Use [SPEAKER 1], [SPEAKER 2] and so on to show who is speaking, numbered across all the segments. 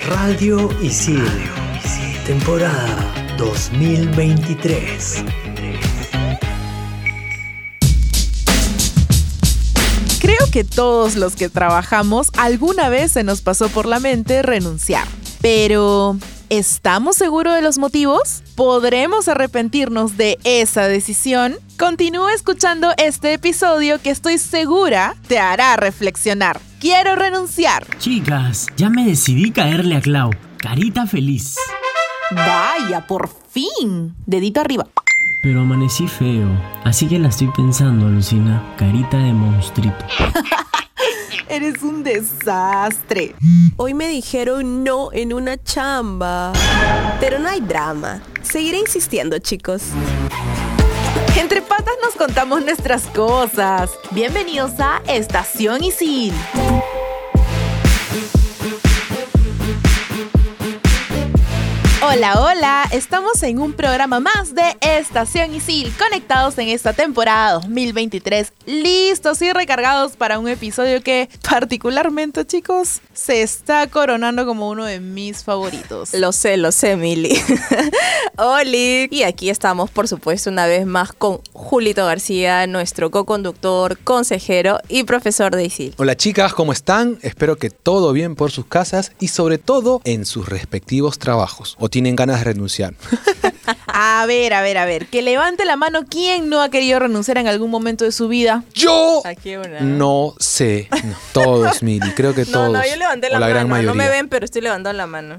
[SPEAKER 1] Radio Isil, temporada 2023.
[SPEAKER 2] Creo que todos los que trabajamos alguna vez se nos pasó por la mente renunciar. Pero, ¿estamos seguros de los motivos? ¿Podremos arrepentirnos de esa decisión? Continúa escuchando este episodio que estoy segura te hará reflexionar. ¡Quiero renunciar!
[SPEAKER 3] Chicas, ya me decidí caerle a Clau. Carita feliz.
[SPEAKER 2] ¡Vaya, por fin! Dedito arriba.
[SPEAKER 3] Pero amanecí feo, así que la estoy pensando, Lucina. Carita de monstruito.
[SPEAKER 2] Eres un desastre.
[SPEAKER 4] Hoy me dijeron no en una chamba. Pero no hay drama. Seguiré insistiendo, chicos.
[SPEAKER 2] Entre patas nos contamos nuestras cosas. Bienvenidos a Estación Isil. Hola, hola, estamos en un programa más de Estación Isil, conectados en esta temporada 2023, listos y recargados para un episodio que particularmente, chicos, se está coronando como uno de mis favoritos.
[SPEAKER 4] Lo sé, Mili. Oli. Y aquí estamos, por supuesto, una vez más con Julito García, nuestro co-conductor, consejero y profesor de Isil.
[SPEAKER 5] Hola chicas, ¿cómo están? Espero que todo bien por sus casas y sobre todo en sus respectivos trabajos. ¿O tienen ganas de renunciar?
[SPEAKER 2] A ver, que levante la mano quién no ha querido renunciar en algún momento de su vida.
[SPEAKER 5] Yo
[SPEAKER 4] Aquí una.
[SPEAKER 5] no sé. No, todos, Mili, creo que todos.
[SPEAKER 4] No, yo levanté la
[SPEAKER 5] o la gran
[SPEAKER 4] mano.
[SPEAKER 5] mayoría.
[SPEAKER 4] No me ven, pero estoy levantando la mano.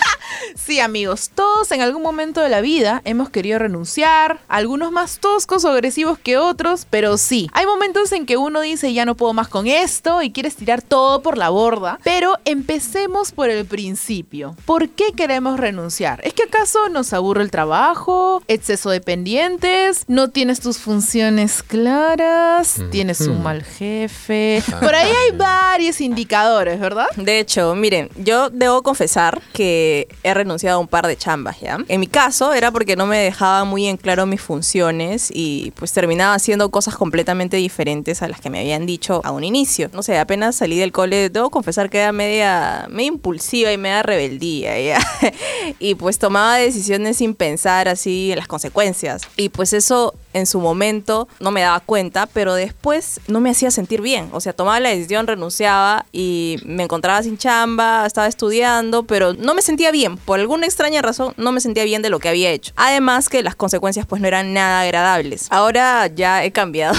[SPEAKER 2] Sí, amigos, todos en algún momento de la vida hemos querido renunciar, algunos más toscos o agresivos que otros, pero sí, hay momentos en que uno dice ya no puedo más con esto y quieres tirar todo por la borda, pero empecemos por el principio. ¿Por qué queremos renunciar? ¿Es que acaso nos aburre el trabajo? ¿Exceso de pendientes? ¿No tienes tus funciones claras? ¿Tienes un mal jefe? Por ahí hay varios indicadores, ¿verdad?
[SPEAKER 4] De hecho, miren, yo debo confesar que he renunciado a un par de chambas, ¿ya? En mi caso era porque no me dejaba muy en claro mis funciones y pues terminaba haciendo cosas completamente diferentes a las que me habían dicho a un inicio. No sé, apenas salí del cole, debo confesar que era media impulsiva y media rebeldía, ¿ya? Y pues tomaba decisiones sin pensar así en las consecuencias. Y pues eso en su momento no me daba cuenta, pero después no me hacía sentir bien. O sea, tomaba la decisión, renunciaba y me encontraba sin chamba, estaba estudiando, pero no me sentía bien. Por alguna extraña razón, no me sentía bien de lo que había hecho. Además que las consecuencias pues no eran nada agradables. Ahora ya he cambiado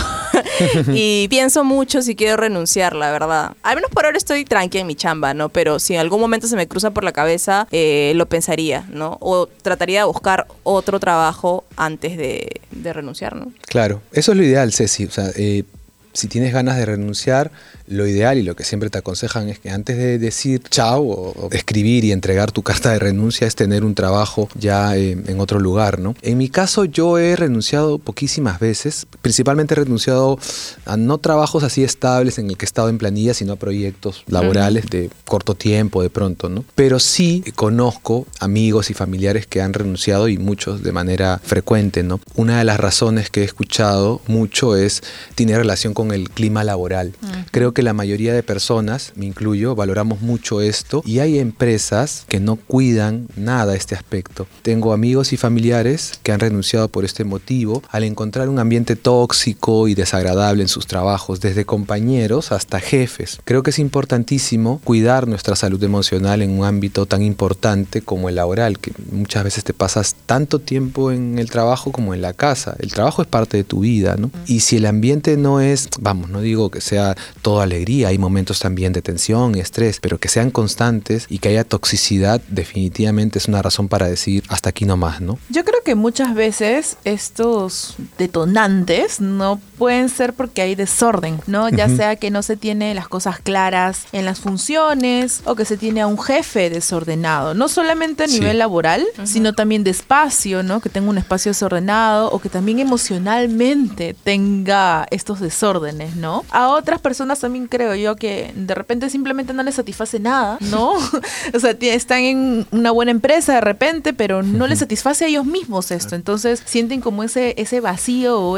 [SPEAKER 4] y pienso mucho si quiero renunciar, la verdad. Al menos por ahora estoy tranquila en mi chamba, ¿no? Pero si en algún momento se me cruza por la cabeza, lo pensaría, ¿no? O trataría de buscar otro trabajo antes de renunciar, ¿no?
[SPEAKER 5] Claro, eso es lo ideal, Ceci. O sea, si tienes ganas de renunciar, lo ideal y lo que siempre te aconsejan es que antes de decir chao o escribir y entregar tu carta de renuncia es tener un trabajo ya en otro lugar, ¿no? En mi caso yo he renunciado poquísimas veces, principalmente he renunciado a no trabajos así estables en el que he estado en planilla, sino a proyectos laborales de corto tiempo de pronto, ¿no? Pero sí conozco amigos y familiares que han renunciado y muchos de manera frecuente, ¿no? Una de las razones que he escuchado mucho tiene relación con el clima laboral. Creo que la mayoría de personas, me incluyo, valoramos mucho esto y hay empresas que no cuidan nada este aspecto. Tengo amigos y familiares que han renunciado por este motivo al encontrar un ambiente tóxico y desagradable en sus trabajos, desde compañeros hasta jefes. Creo que es importantísimo cuidar nuestra salud emocional en un ámbito tan importante como el laboral, que muchas veces te pasas tanto tiempo en el trabajo como en la casa. El trabajo es parte de tu vida, ¿no? Y si el ambiente no es, no digo que sea todo alegría, hay momentos también de tensión, estrés, pero que sean constantes y que haya toxicidad definitivamente es una razón para decir hasta aquí nomás, ¿no?
[SPEAKER 2] Yo creo que muchas veces estos detonantes no pueden ser porque hay desorden, ¿no? Ya sea que no se tiene las cosas claras en las funciones o que se tiene a un jefe desordenado, no solamente a nivel laboral, sino también de espacio, ¿no? Que tenga un espacio desordenado o que también emocionalmente tenga estos desórdenes. órdenes, ¿no? A otras personas también creo yo que de repente simplemente no les satisface nada, ¿no? O sea, están en una buena empresa de repente, pero no les satisface a ellos mismos esto. Entonces sienten como ese vacío o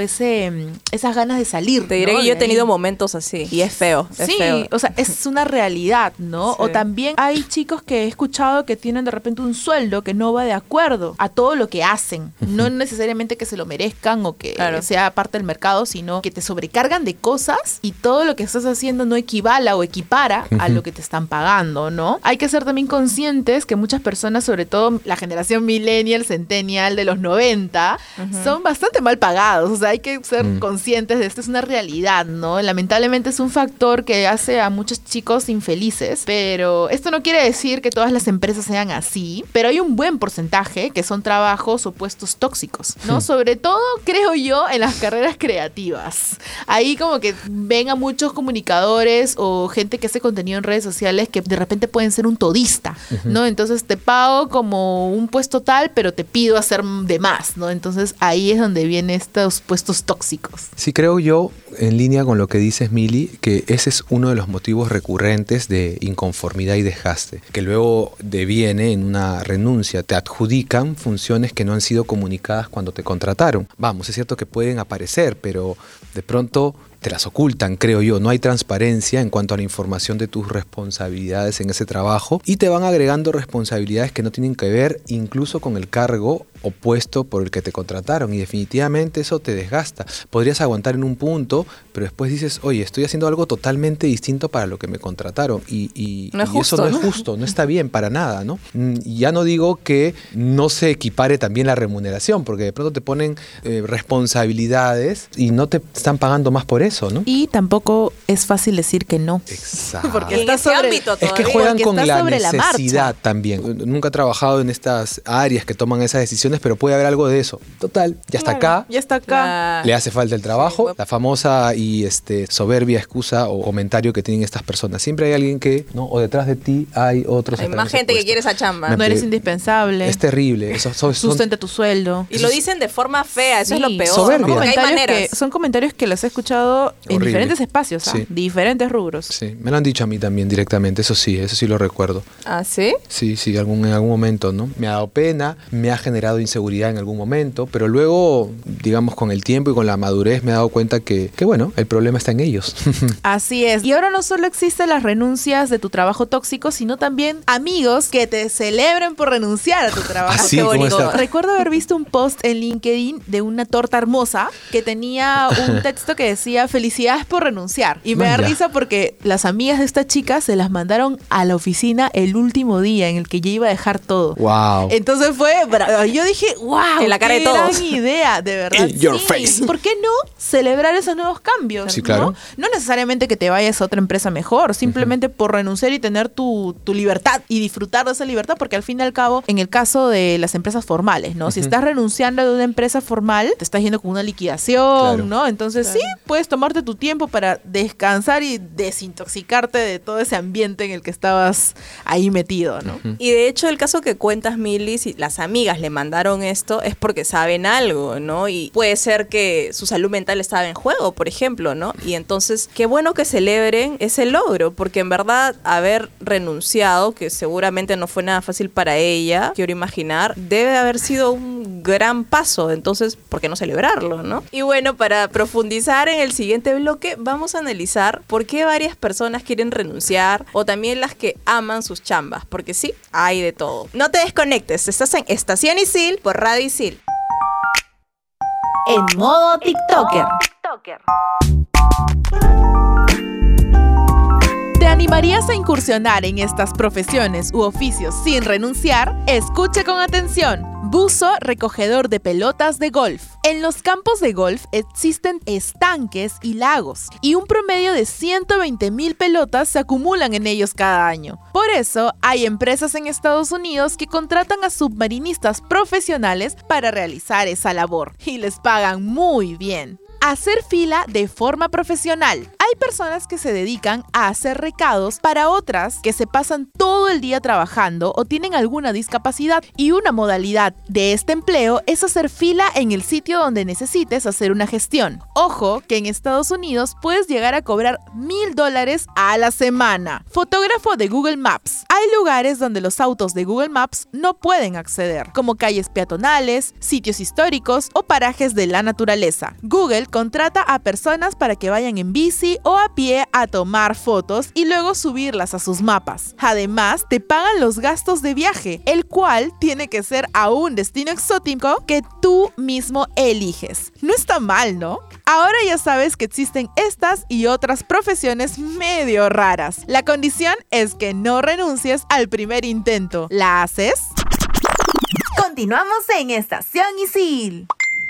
[SPEAKER 2] esas ganas de salir.
[SPEAKER 4] Te diré
[SPEAKER 2] ¿no?
[SPEAKER 4] que yo he tenido momentos así y es feo. Es
[SPEAKER 2] Sí,
[SPEAKER 4] feo.
[SPEAKER 2] o sea, es una realidad, ¿no?
[SPEAKER 4] Sí.
[SPEAKER 2] O también hay chicos que he escuchado que tienen de repente un sueldo que no va de acuerdo a todo lo que hacen. No necesariamente que se lo merezcan o que
[SPEAKER 4] Claro.
[SPEAKER 2] sea parte del mercado, sino que te sobrecargan de cosas y todo lo que estás haciendo no equivale o equipara a lo que te están pagando, ¿no? Hay que ser también conscientes que muchas personas, sobre todo la generación millennial, centennial de los 90, son bastante mal pagados. O sea, hay que ser conscientes de esto. Es una realidad, ¿no? Lamentablemente es un factor que hace a muchos chicos infelices, pero esto no quiere decir que todas las empresas sean así, pero hay un buen porcentaje que son trabajos o puestos tóxicos, ¿no? Sobre todo, creo yo, en las carreras creativas. Ahí como que ven a muchos comunicadores o gente que hace contenido en redes sociales que de repente pueden ser un todista, ¿no? Entonces te pago como un puesto tal, pero te pido hacer de más, ¿no? Entonces ahí es donde vienen estos puestos tóxicos.
[SPEAKER 5] Sí, creo yo, en línea con lo que dices, Mili, que ese es uno de los motivos recurrentes de inconformidad y desgaste, que luego deviene en una renuncia. Te adjudican funciones que no han sido comunicadas cuando te contrataron. Vamos, es cierto que pueden aparecer, pero de pronto te las ocultan, creo yo. No hay transparencia en cuanto a la información de tus responsabilidades en ese trabajo y te van agregando responsabilidades que no tienen que ver incluso con el cargo o puesto por el que te contrataron, y definitivamente eso te desgasta. Podrías aguantar en un punto, pero después dices, oye, estoy haciendo algo totalmente distinto para lo que me contrataron y
[SPEAKER 4] No es
[SPEAKER 5] y
[SPEAKER 4] justo,
[SPEAKER 5] eso no
[SPEAKER 4] ¿no?
[SPEAKER 5] es justo, no está bien para nada, ¿no? Y ya no digo que no se equipare también la remuneración, porque de pronto te ponen responsabilidades y no te están pagando más por eso, ¿no?
[SPEAKER 2] Y tampoco es fácil decir que no.
[SPEAKER 5] Exacto.
[SPEAKER 2] Porque
[SPEAKER 4] Y en
[SPEAKER 2] está
[SPEAKER 4] ese
[SPEAKER 2] sobre-
[SPEAKER 4] ámbito
[SPEAKER 5] Es que
[SPEAKER 4] todavía.
[SPEAKER 5] juegan
[SPEAKER 2] porque
[SPEAKER 5] con
[SPEAKER 2] está
[SPEAKER 5] la
[SPEAKER 2] sobre la
[SPEAKER 5] necesidad
[SPEAKER 2] marcha.
[SPEAKER 5] también. Nunca he trabajado en estas áreas que toman esas decisiones, pero puede haber algo de eso. Total, ya está acá.
[SPEAKER 2] Ya está acá.
[SPEAKER 4] Claro.
[SPEAKER 5] Le hace falta el trabajo,
[SPEAKER 4] Sí,
[SPEAKER 5] la famosa y soberbia excusa o comentario que tienen estas personas. Siempre hay alguien que, ¿no? O detrás de ti hay otros.
[SPEAKER 4] Hay
[SPEAKER 5] esperando
[SPEAKER 4] más
[SPEAKER 5] ese
[SPEAKER 4] gente que
[SPEAKER 5] puesto.
[SPEAKER 4] quiere esa chamba.
[SPEAKER 5] Me-
[SPEAKER 2] No eres indispensable.
[SPEAKER 5] Es terrible. Eso, son
[SPEAKER 2] Sustenta tu sueldo.
[SPEAKER 4] Y lo dicen de forma fea, eso es
[SPEAKER 2] Sí.
[SPEAKER 4] lo peor.
[SPEAKER 5] Soberbia.
[SPEAKER 4] ¿no? Porque hay
[SPEAKER 2] Comentarios
[SPEAKER 4] maneras.
[SPEAKER 2] son comentarios que los he escuchado en
[SPEAKER 5] Horrible.
[SPEAKER 2] diferentes espacios, ¿ah?
[SPEAKER 5] Sí.
[SPEAKER 2] Diferentes rubros.
[SPEAKER 5] Sí, me lo han dicho a mí también directamente, eso sí lo recuerdo.
[SPEAKER 4] ¿Ah, sí?
[SPEAKER 5] Sí, en algún momento, ¿no? Me ha dado pena, me ha generado inseguridad en algún momento, pero luego, digamos, con el tiempo y con la madurez me he dado cuenta que bueno, el problema está en ellos.
[SPEAKER 2] Así es. Y ahora no solo existen las renuncias de tu trabajo tóxico, sino también amigos que te celebren por renunciar a tu trabajo.
[SPEAKER 5] Así,
[SPEAKER 2] Qué
[SPEAKER 5] ¿cómo
[SPEAKER 2] bonito.
[SPEAKER 5] está?
[SPEAKER 2] Recuerdo haber visto un post en LinkedIn de una torta hermosa que tenía un texto que decía felicidades por renunciar. Y me da
[SPEAKER 5] Vaya.
[SPEAKER 2] risa porque las amigas de esta chica se las mandaron a la oficina el último día en el que ya iba a dejar todo.
[SPEAKER 5] Wow.
[SPEAKER 2] Entonces yo dije, wow,
[SPEAKER 4] En la cara
[SPEAKER 2] qué
[SPEAKER 4] de todos.
[SPEAKER 2] gran idea, de verdad.
[SPEAKER 5] In your
[SPEAKER 2] sí.
[SPEAKER 5] face.
[SPEAKER 2] ¿Por qué no celebrar esos nuevos cambios?
[SPEAKER 5] Sí, claro.
[SPEAKER 2] ¿no? No necesariamente que te vayas a otra empresa mejor, simplemente por renunciar y tener tu libertad y disfrutar de esa libertad, porque al fin y al cabo, en el caso de las empresas formales, ¿no? Si estás renunciando de una empresa formal, te estás yendo con una liquidación,
[SPEAKER 5] Claro.
[SPEAKER 2] ¿no? Entonces sí, puedes tomarte tu tiempo para descansar y desintoxicarte de todo ese ambiente en el que estabas ahí metido, ¿no?
[SPEAKER 4] Y de hecho el caso que cuentas, Mili, si las amigas le mandaron esto es porque saben algo, ¿no? Y puede ser que su salud mental estaba en juego, por ejemplo, ¿no? Y entonces, qué bueno que celebren ese logro, porque en verdad haber renunciado, que seguramente no fue nada fácil para ella, quiero imaginar, debe haber sido un gran paso. Entonces, ¿por qué no celebrarlo, no? Y bueno, para profundizar en el siguiente bloque, vamos a analizar por qué varias personas quieren renunciar o también las que aman sus chambas, porque sí, hay de todo. No te desconectes, estás en Estación Isil por Radio Isil.
[SPEAKER 2] En modo TikToker. ¿Te animarías a incursionar en estas profesiones u oficios sin renunciar? Escucha con atención. Buzo recogedor de pelotas de golf. En los campos de golf existen estanques y lagos, y un promedio de 120,000 pelotas se acumulan en ellos cada año. Por eso, hay empresas en Estados Unidos que contratan a submarinistas profesionales para realizar esa labor, y les pagan muy bien. Hacer fila de forma profesional. Hay Hay personas que se dedican a hacer recados para otras que se pasan todo el día trabajando o tienen alguna discapacidad, y una modalidad de este empleo es hacer fila en el sitio donde necesites hacer una gestión. Ojo que en Estados Unidos puedes llegar a cobrar $1,000 a la semana. Fotógrafo de Google Maps. Hay lugares donde los autos de Google Maps no pueden acceder, como calles peatonales, sitios históricos o parajes de la naturaleza. Google contrata a personas para que vayan en bici o a pie a tomar fotos y luego subirlas a sus mapas. Además, te pagan los gastos de viaje, el cual tiene que ser a un destino exótico que tú mismo eliges. No está mal, ¿no? Ahora ya sabes que existen estas y otras profesiones medio raras. La condición es que no renuncies al primer intento. ¿La haces? Continuamos en Estación Isil.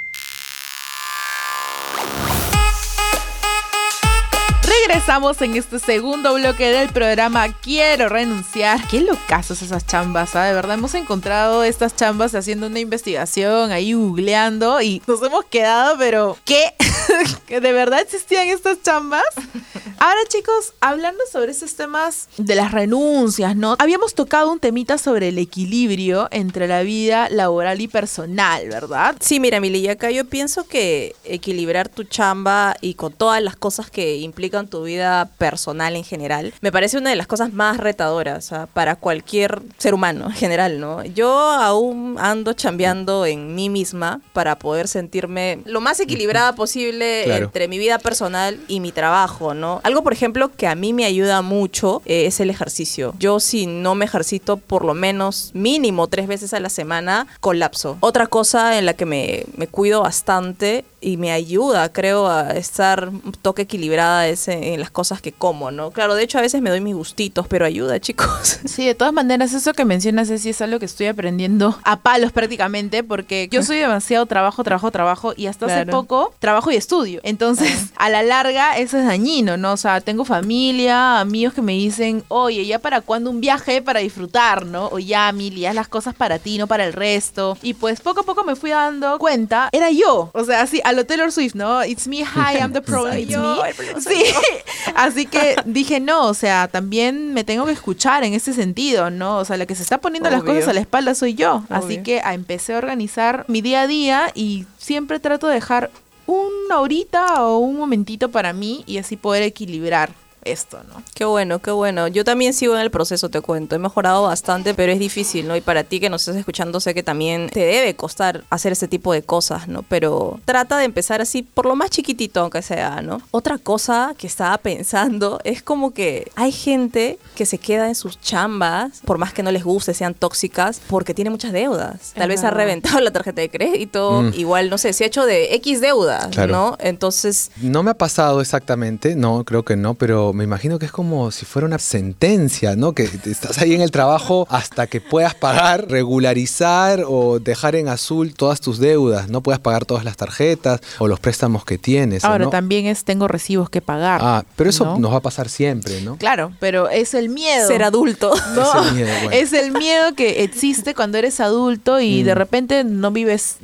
[SPEAKER 2] Regresamos en este segundo bloque del programa Quiero Renunciar. Qué locazos esas chambas, ¿ah? De verdad hemos encontrado estas chambas haciendo una investigación, ahí googleando, y nos hemos quedado, pero ¿qué? ¿Que de verdad existían estas chambas? Ahora, chicos, hablando sobre esos temas de las renuncias, ¿no? Habíamos tocado un temita sobre el equilibrio entre la vida laboral y personal, ¿verdad?
[SPEAKER 4] Sí, mira, Mili, acá yo pienso que equilibrar tu chamba y con todas las cosas que implican tu vida personal en general, me parece una de las cosas más retadoras, ¿ah? Para cualquier ser humano en general, ¿no? Yo aún ando chambeando en mí misma para poder sentirme lo más equilibrada posible, claro, entre mi vida personal y mi trabajo, ¿no? Algo, por ejemplo, que a mí me ayuda mucho es el ejercicio. Yo, si no me ejercito por lo menos mínimo 3 veces a la semana, colapso. Otra cosa en la que me cuido bastante y me ayuda, creo, a estar un toque equilibrada es en las cosas que como, ¿no? Claro, de hecho a veces me doy mis gustitos, pero ayuda, chicos.
[SPEAKER 2] Sí, de todas maneras, eso que mencionas, Ceci, es algo que estoy aprendiendo a palos prácticamente, porque yo soy demasiado trabajo, y hasta hace poco trabajo y estudio. Entonces, a la larga, eso es dañino, ¿no? O sea, tengo familia, amigos que me dicen, oye, ¿ya para cuándo un viaje para disfrutar, no? O ya, Mili, haz las cosas para ti, no para el resto. Y pues poco a poco me fui dando cuenta, era yo. O sea, así, a lo Taylor Swift, ¿no? It's me, hi, I'm the problem, it's me. Sí, así que dije, no, o sea, también me tengo que escuchar en ese sentido, ¿no? O sea, la que se está poniendo las cosas a la espalda soy yo. Así que empecé a organizar mi día a día y siempre trato de dejar una horita o un momentito para mí y así poder equilibrar esto, ¿no?
[SPEAKER 4] Qué bueno, qué bueno. Yo también sigo en el proceso, te cuento. He mejorado bastante, pero es difícil, ¿no? Y para ti que nos estás escuchando, sé que también te debe costar hacer ese tipo de cosas, ¿no? Pero trata de empezar así, por lo más chiquitito, aunque sea, ¿no? Otra cosa que estaba pensando es como que hay gente que se queda en sus chambas, por más que no les guste, sean tóxicas, porque tiene muchas deudas. Tal vez ha reventado la tarjeta de crédito, igual, no sé, se ha hecho de X deudas, claro, ¿no? Entonces...
[SPEAKER 5] No me ha pasado exactamente, no, creo que no, pero me imagino que es como si fuera una sentencia, ¿no? Que estás ahí en el trabajo hasta que puedas pagar, regularizar o dejar en azul todas tus deudas, no puedas pagar todas las tarjetas o los préstamos que tienes.
[SPEAKER 2] Ahora,
[SPEAKER 5] ¿no?
[SPEAKER 2] También tengo recibos que pagar.
[SPEAKER 5] Ah, pero eso nos va a pasar siempre, ¿no?
[SPEAKER 2] Claro, pero es el miedo.
[SPEAKER 4] Ser adulto.
[SPEAKER 2] ¿No?
[SPEAKER 5] Es el miedo, bueno.
[SPEAKER 2] Es el miedo que existe cuando eres adulto y de repente no vives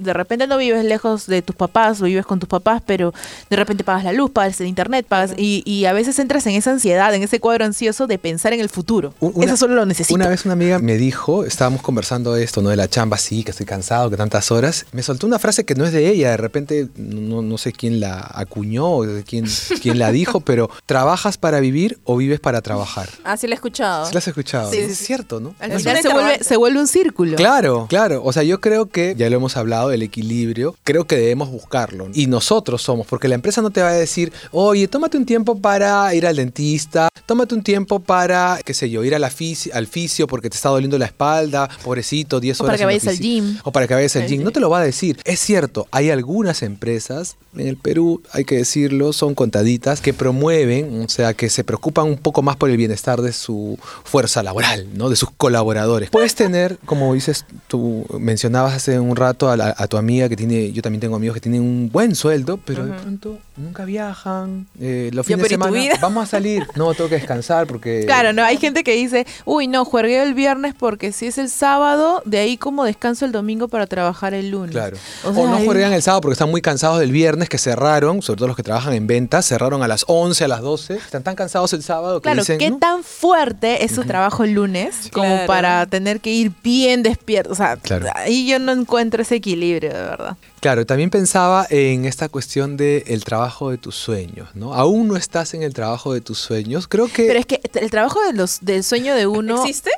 [SPEAKER 2] lejos de tus papás o vives con tus papás, pero de repente pagas la luz, pagas el internet, pagas y a veces entras en esa ansiedad, en ese cuadro ansioso de pensar en el futuro. Eso solo lo necesito.
[SPEAKER 5] Una vez una amiga me dijo, estábamos conversando esto, ¿no? De la chamba, sí, que estoy cansado, que tantas horas. Me soltó una frase que no es de ella, de repente no sé quién la acuñó o quién la dijo, pero ¿trabajas para vivir o vives para trabajar?
[SPEAKER 4] Ah, sí la he escuchado.
[SPEAKER 5] Sí la has escuchado. Sí, es cierto, ¿no?
[SPEAKER 2] Al final se vuelve un círculo.
[SPEAKER 5] Claro. O sea, yo creo que, ya lo hemos hablado, el equilibrio, creo que debemos buscarlo. Y nosotros somos, porque la empresa no te va a decir, oye, tómate un tiempo para ir al dentista, tómate un tiempo para, qué sé yo, ir al fisio porque te está doliendo la espalda, pobrecito, 10 horas.
[SPEAKER 2] O para que vayas al gym.
[SPEAKER 5] O para que vayas al gym. No te lo va a decir. Es cierto, hay algunas empresas, en el Perú, hay que decirlo, son contaditas, que promueven, o sea, que se preocupan un poco más por el bienestar de su fuerza laboral, ¿no? De sus colaboradores. Puedes tener, como dices, tú mencionabas hace un rato a tu amiga que tiene, yo también tengo amigos que tienen un buen sueldo, pero de pronto nunca viajan, los fines de semana, vamos a salir. No, tengo que descansar porque...
[SPEAKER 2] Claro, no, hay gente que dice, uy, no, juergueo el viernes porque si es el sábado, de ahí como descanso el domingo para trabajar el lunes.
[SPEAKER 5] Claro.
[SPEAKER 2] O
[SPEAKER 5] O,
[SPEAKER 2] sea,
[SPEAKER 5] no
[SPEAKER 2] hay-
[SPEAKER 5] juegan el sábado porque están muy cansados del viernes que cerraron, sobre todo los que trabajan en ventas, cerraron a las 11, a las 12. Están tan cansados el sábado que
[SPEAKER 2] Claro,
[SPEAKER 5] dicen...
[SPEAKER 2] ¿qué
[SPEAKER 5] "No".
[SPEAKER 2] tan fuerte es su trabajo el lunes como
[SPEAKER 4] Claro.
[SPEAKER 2] para tener que ir bien despierto? O sea,
[SPEAKER 5] Claro.
[SPEAKER 2] ahí yo no encuentro ese equilibrio, de verdad.
[SPEAKER 5] Claro, también pensaba en esta cuestión del trabajo de tus sueños, ¿no? Aún no estás en el trabajo de tus sueños. Creo que...
[SPEAKER 2] Pero es que el trabajo del sueño de uno...
[SPEAKER 4] ¿Existe?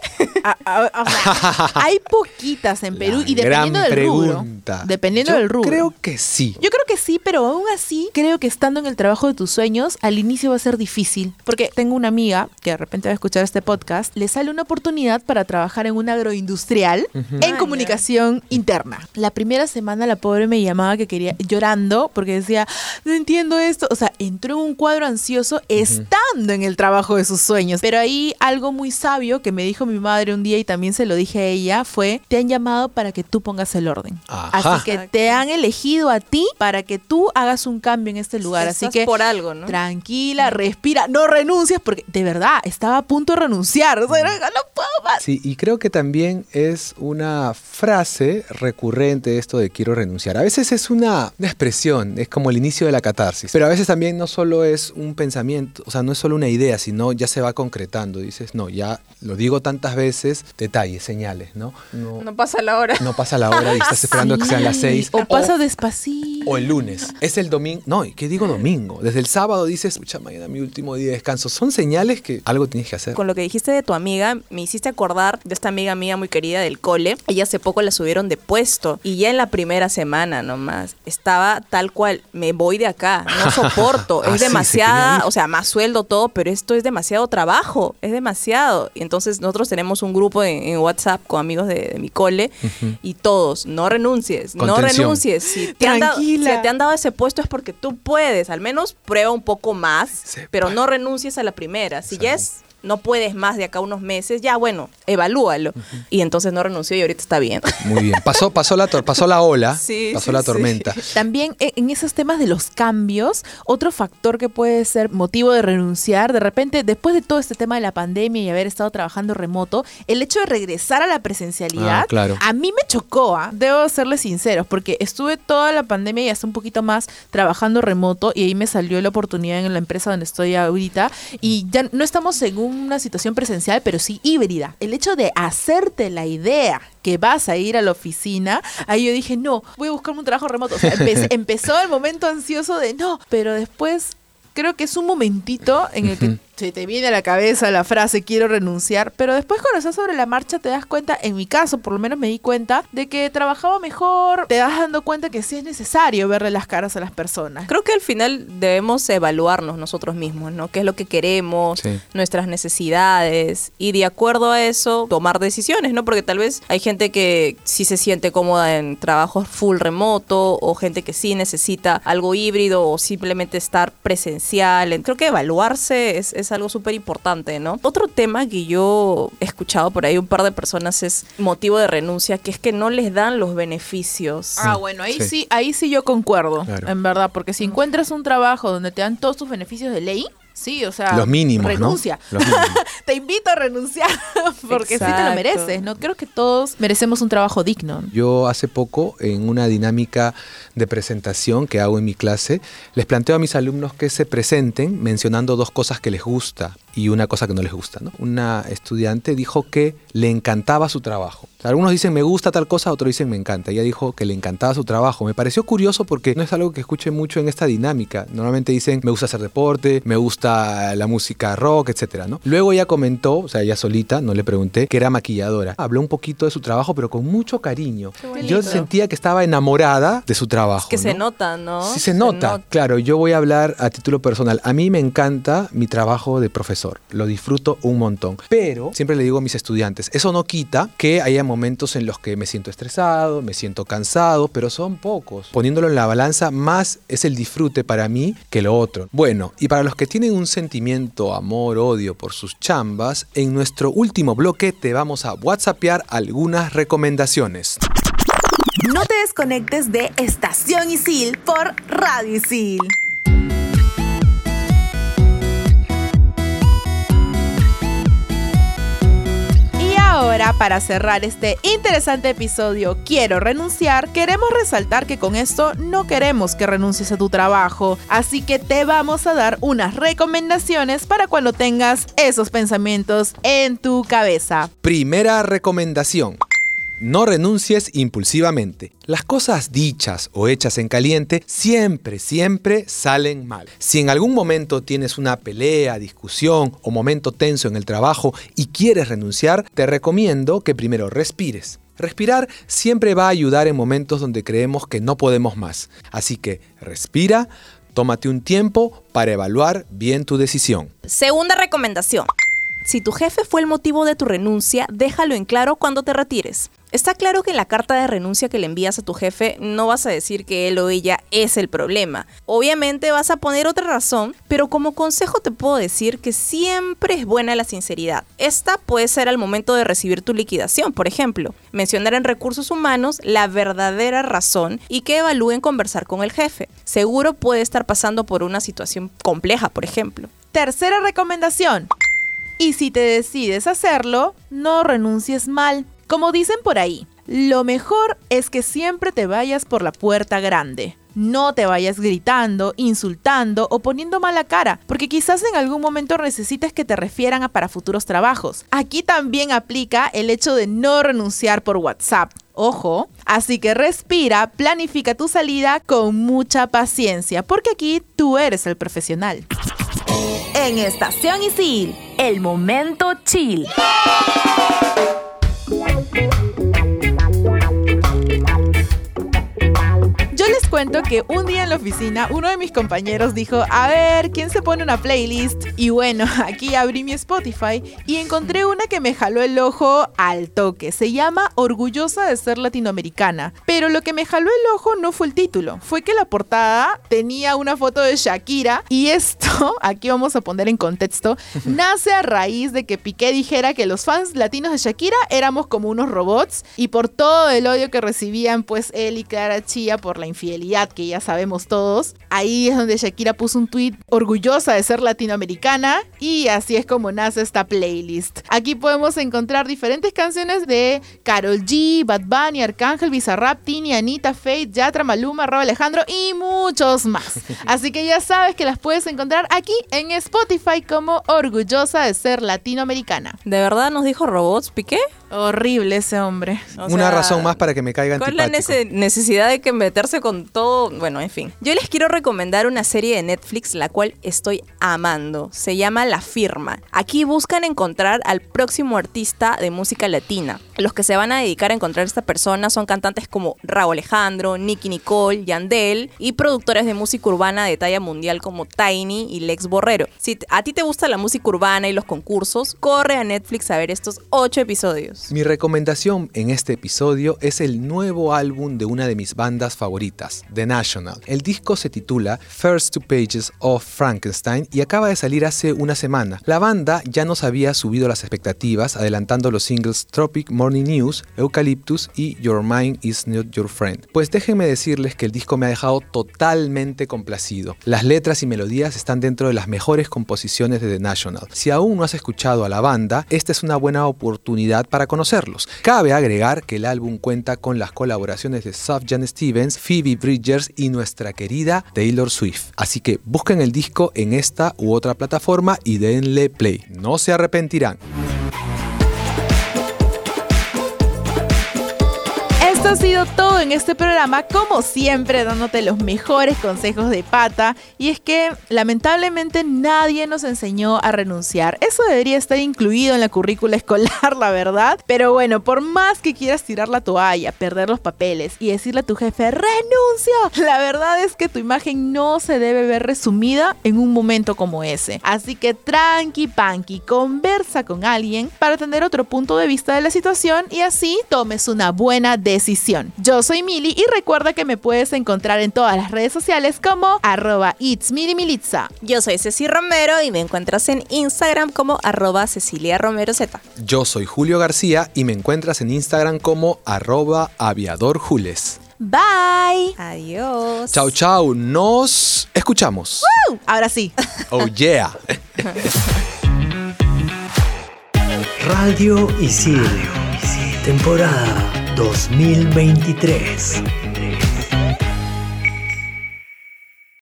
[SPEAKER 2] O sea, hay poquitas en Perú
[SPEAKER 5] La
[SPEAKER 2] y dependiendo
[SPEAKER 5] gran
[SPEAKER 2] del rubro.
[SPEAKER 5] pregunta.
[SPEAKER 2] Dependiendo
[SPEAKER 5] Yo
[SPEAKER 2] del rubro.
[SPEAKER 5] creo que sí.
[SPEAKER 2] Yo creo que sí, pero aún así creo que estando en el trabajo de tus sueños, al inicio va a ser difícil. Porque tengo una amiga que de repente va a escuchar este podcast, le sale una oportunidad para trabajar en un agroindustrial en
[SPEAKER 4] Ah,
[SPEAKER 2] comunicación interna. La primera semana la pobre me llamaba que quería llorando porque decía, no entiendo esto. O sea, entró en un cuadro ansioso estando en el trabajo de sus sueños. Pero ahí algo muy sabio que me dijo mi madre un día y también se lo dije a ella fue, te han llamado para que tú pongas el orden.
[SPEAKER 5] Ajá.
[SPEAKER 2] Así que te han elegido a ti para que tú hagas un cambio en este lugar. Así
[SPEAKER 4] Estás
[SPEAKER 2] que
[SPEAKER 4] por algo, ¿no?
[SPEAKER 2] tranquila, respira, no renuncies porque de verdad estaba a punto de renunciar. O sea, no puedo más.
[SPEAKER 5] Sí, y creo que también es una frase recurrente esto de quiero renunciar. A veces es una expresión, es como el inicio de la catarsis, pero a veces también no solo es un pensamiento, o sea, no es solo una idea, sino ya se va concretando. Dices, no, ya lo digo tantas veces, detalles, señales, ¿no?
[SPEAKER 4] No pasa la hora.
[SPEAKER 5] No pasa la hora y estás esperando que sean las 6.
[SPEAKER 2] O pasa despacito.
[SPEAKER 5] O el lunes. Es el domingo. No, ¿y qué digo domingo? Desde el sábado dices, pucha, mañana mi último día de descanso. Son señales que algo tienes que hacer.
[SPEAKER 4] Con lo que dijiste de tu amiga, me hiciste acordar de esta amiga mía muy querida del cole. Ella hace poco la subieron de puesto y ya en la primera semana nomás estaba tal cual, me voy de acá, no soporto,
[SPEAKER 5] Ah,
[SPEAKER 4] es
[SPEAKER 5] sí,
[SPEAKER 4] demasiada,
[SPEAKER 5] se quería ir.
[SPEAKER 4] o sea, más sueldo todo, pero esto es demasiado trabajo, es demasiado. Y entonces nosotros tenemos un grupo en WhatsApp con amigos de mi cole y todos, no renuncies, no
[SPEAKER 5] Contención.
[SPEAKER 4] renuncies. Si te han dado
[SPEAKER 2] Tranquila.
[SPEAKER 4] ese puesto es porque tú puedes, al menos prueba un poco más,
[SPEAKER 5] Se
[SPEAKER 4] pero
[SPEAKER 5] puede.
[SPEAKER 4] no renuncies a la primera. Si ya
[SPEAKER 5] Sí.
[SPEAKER 4] no puedes más de acá a unos meses, ya bueno, evalúalo. Y entonces no renunció y ahorita está bien.
[SPEAKER 5] Muy bien. Pasó la ola,
[SPEAKER 4] Sí,
[SPEAKER 5] pasó
[SPEAKER 4] sí,
[SPEAKER 5] la
[SPEAKER 4] sí.
[SPEAKER 5] tormenta.
[SPEAKER 2] También en esos temas de los cambios, otro factor que puede ser motivo de renunciar, de repente, después de todo este tema de la pandemia y haber estado trabajando remoto, el hecho de regresar a la presencialidad,
[SPEAKER 5] Ah, claro.
[SPEAKER 2] a mí me chocó, debo serles sinceros, porque estuve toda la pandemia y hasta un poquito más trabajando remoto y ahí me salió la oportunidad en la empresa donde estoy ahorita y ya no estamos en una situación presencial, pero sí híbrida. El hecho de hacerte la idea que vas a ir a la oficina, ahí yo dije, no, voy a buscarme un trabajo remoto. O sea, empezó el momento ansioso de no, pero después creo que es un momentito en el que se te viene a la cabeza la frase quiero renunciar, pero después cuando estás sobre la marcha te das cuenta, en mi caso por lo menos me di cuenta, de que trabajaba mejor, te vas dando cuenta que sí es necesario verle las caras a las personas.
[SPEAKER 4] Creo que al final debemos evaluarnos nosotros mismos, ¿no? ¿Qué es lo que queremos?
[SPEAKER 5] Sí.
[SPEAKER 4] Nuestras necesidades y de acuerdo a eso tomar decisiones, ¿no? Porque tal vez hay gente que sí se siente cómoda en trabajos full remoto o gente que sí necesita algo híbrido o simplemente estar presencial. Creo que evaluarse es algo súper importante, ¿no? Otro tema que yo he escuchado por ahí un par de personas es motivo de renuncia, que es que no les dan los beneficios.
[SPEAKER 2] Ah, bueno,
[SPEAKER 5] Sí.
[SPEAKER 2] ahí sí yo concuerdo,
[SPEAKER 5] Claro.
[SPEAKER 2] en verdad, porque si encuentras un trabajo donde te dan todos tus beneficios de ley, sí, o sea,
[SPEAKER 5] Los mínimos,
[SPEAKER 2] renuncia.
[SPEAKER 5] ¿no? Los mínimos.
[SPEAKER 2] Te invito a renunciar porque sí te lo
[SPEAKER 4] Exacto.
[SPEAKER 2] mereces, ¿no? Creo que todos merecemos un trabajo digno.
[SPEAKER 5] Yo hace poco, en una dinámica de presentación que hago en mi clase, les planteo a mis alumnos que se presenten mencionando dos cosas que les gusta y una cosa que no les gusta, ¿no? Una estudiante dijo que le encantaba su trabajo. O sea, algunos dicen me gusta tal cosa, otros dicen me encanta. Ella dijo que le encantaba su trabajo. Me pareció curioso porque no es algo que escuche mucho en esta dinámica. Normalmente dicen me gusta hacer deporte, me gusta la música rock, etcétera, ¿no? Luego ella comentó, o sea, ella solita, no le pregunté, que era maquilladora. Habló un poquito de su trabajo, pero con mucho cariño.
[SPEAKER 4] bonito.
[SPEAKER 5] Yo sentía que estaba enamorada de su trabajo.
[SPEAKER 4] Que se
[SPEAKER 5] ¿no?
[SPEAKER 4] nota, ¿no?
[SPEAKER 5] Sí, se nota. Claro, yo voy a hablar a título personal. A mí me encanta mi trabajo de profesor. Lo disfruto un montón. Pero, siempre le digo a mis estudiantes, eso no quita que haya momentos en los que me siento estresado, me siento cansado, pero son pocos. Poniéndolo en la balanza, más es el disfrute para mí que lo otro. Bueno, y para los que tienen un sentimiento, amor, odio por sus chambas, en nuestro último bloque te vamos a whatsappear algunas recomendaciones.
[SPEAKER 6] No te desconectes de Estación Isil por Radio Isil.
[SPEAKER 2] ya para cerrar este interesante episodio Quiero renunciar, queremos resaltar que con esto no queremos que renuncies a tu trabajo, así que te vamos a dar unas recomendaciones para cuando tengas esos pensamientos en tu cabeza.
[SPEAKER 5] Primera recomendación. No renuncies impulsivamente. Las cosas dichas o hechas en caliente siempre salen mal. Si en algún momento tienes una pelea, discusión o momento tenso en el trabajo y quieres renunciar, te recomiendo que primero respires. Respirar siempre va a ayudar en momentos donde creemos que no podemos más. Así que respira, tómate un tiempo para evaluar bien tu decisión.
[SPEAKER 4] Segunda recomendación. Si tu jefe fue el motivo de tu renuncia, déjalo en claro cuando te retires. Está claro que en la carta de renuncia que le envías a tu jefe no vas a decir que él o ella es el problema. Obviamente vas a poner otra razón, pero como consejo te puedo decir que siempre es buena la sinceridad. Esta puede ser al momento de recibir tu liquidación, por ejemplo. Mencionar en recursos humanos la verdadera razón y que evalúen conversar con el jefe. Seguro puede estar pasando por una situación compleja, por ejemplo.
[SPEAKER 2] Tercera recomendación. Y si te decides hacerlo, no renuncies mal. Como dicen por ahí, lo mejor es que siempre te vayas por la puerta grande. No te vayas gritando, insultando o poniendo mala cara, porque quizás en algún momento necesites que te refieran para futuros trabajos. Aquí también aplica el hecho de no renunciar por WhatsApp. Ojo, así que respira, planifica tu salida con mucha paciencia, porque aquí tú eres el profesional.
[SPEAKER 6] En Estación Isil, el momento chill.
[SPEAKER 2] Yo les cuento que un día en la oficina uno de mis compañeros dijo, a ver, ¿quién se pone una playlist? Y bueno, aquí abrí mi Spotify y encontré una que me jaló el ojo al toque. Se llama Orgullosa de ser latinoamericana. Pero lo que me jaló el ojo no fue el título, fue que la portada tenía una foto de Shakira y esto, aquí vamos a poner en contexto, nace a raíz de que Piqué dijera que los fans latinos de Shakira éramos como unos robots y por todo el odio que recibían pues él y Clara Chía por la infidelidad que ya sabemos todos. Ahí es donde Shakira puso un tweet orgullosa de ser latinoamericana y así es como nace esta playlist. Aquí podemos encontrar diferentes canciones de Karol G, Bad Bunny, Arcángel, Bizarrap, Tini, Anita, Feid, Yatra, Maluma, Rauw Alejandro y muchos más. Así que ya sabes que las puedes encontrar aquí en Spotify como Orgullosa de ser latinoamericana.
[SPEAKER 4] ¿De verdad nos dijo robots, Piqué?
[SPEAKER 2] Horrible ese hombre.
[SPEAKER 5] Una razón más para que me caiga antipático.
[SPEAKER 4] ¿Cuál es la necesidad de que meterse con todo? Bueno, en fin. Yo les quiero recomendar una serie de Netflix la cual estoy amando. Se llama La Firma. Aquí buscan encontrar al próximo artista de música latina. Los que se van a dedicar a encontrar a esta persona son cantantes como Rauw Alejandro, Nicki Nicole, Yandel y productores de música urbana de talla mundial como Tiny y Lex Borrero. Si a ti te gusta la música urbana y los concursos, corre a Netflix a ver estos 8 episodios.
[SPEAKER 5] Mi recomendación en este episodio es el nuevo álbum de una de mis bandas favoritas, The National. El disco se titula First Two Pages of Frankenstein y acaba de salir hace una semana. La banda ya nos había subido las expectativas adelantando los singles Tropic Morning News, Eucalyptus y Your Mind Is Not Your Friend. Pues déjenme decirles que el disco me ha dejado totalmente complacido. Las letras y melodías están dentro de las mejores composiciones de The National. Si aún no has escuchado a la banda, esta es una buena oportunidad para conocerlos. Cabe agregar que el álbum cuenta con las colaboraciones de Sufjan Stevens, Phoebe Bridgers y nuestra querida Taylor Swift. Así que busquen el disco en esta u otra plataforma y denle play. No se arrepentirán.
[SPEAKER 2] Esto ha sido todo en este programa, como siempre dándote los mejores consejos de pata, y es que lamentablemente nadie nos enseñó a renunciar. Eso debería estar incluido en la currícula escolar, la verdad, pero bueno, por más que quieras tirar la toalla, perder los papeles y decirle a tu jefe ¡renuncio!, la verdad es que tu imagen no se debe ver resumida en un momento como ese. Así que tranqui panqui, conversa con alguien para tener otro punto de vista de la situación y así tomes una buena decisión. Yo soy Mili y recuerda que me puedes encontrar en todas las redes sociales como @itsmilimilitza.
[SPEAKER 4] Yo soy Ceci Romero y me encuentras en Instagram como @CeciliaRomeroZ.
[SPEAKER 5] Yo soy Julio García y me encuentras en Instagram como @aviadorjules.
[SPEAKER 2] Bye.
[SPEAKER 4] Adiós.
[SPEAKER 5] Chau, chau. Nos escuchamos.
[SPEAKER 2] Ahora sí.
[SPEAKER 5] Oh, yeah.
[SPEAKER 1] Radio Isil. temporada 2023.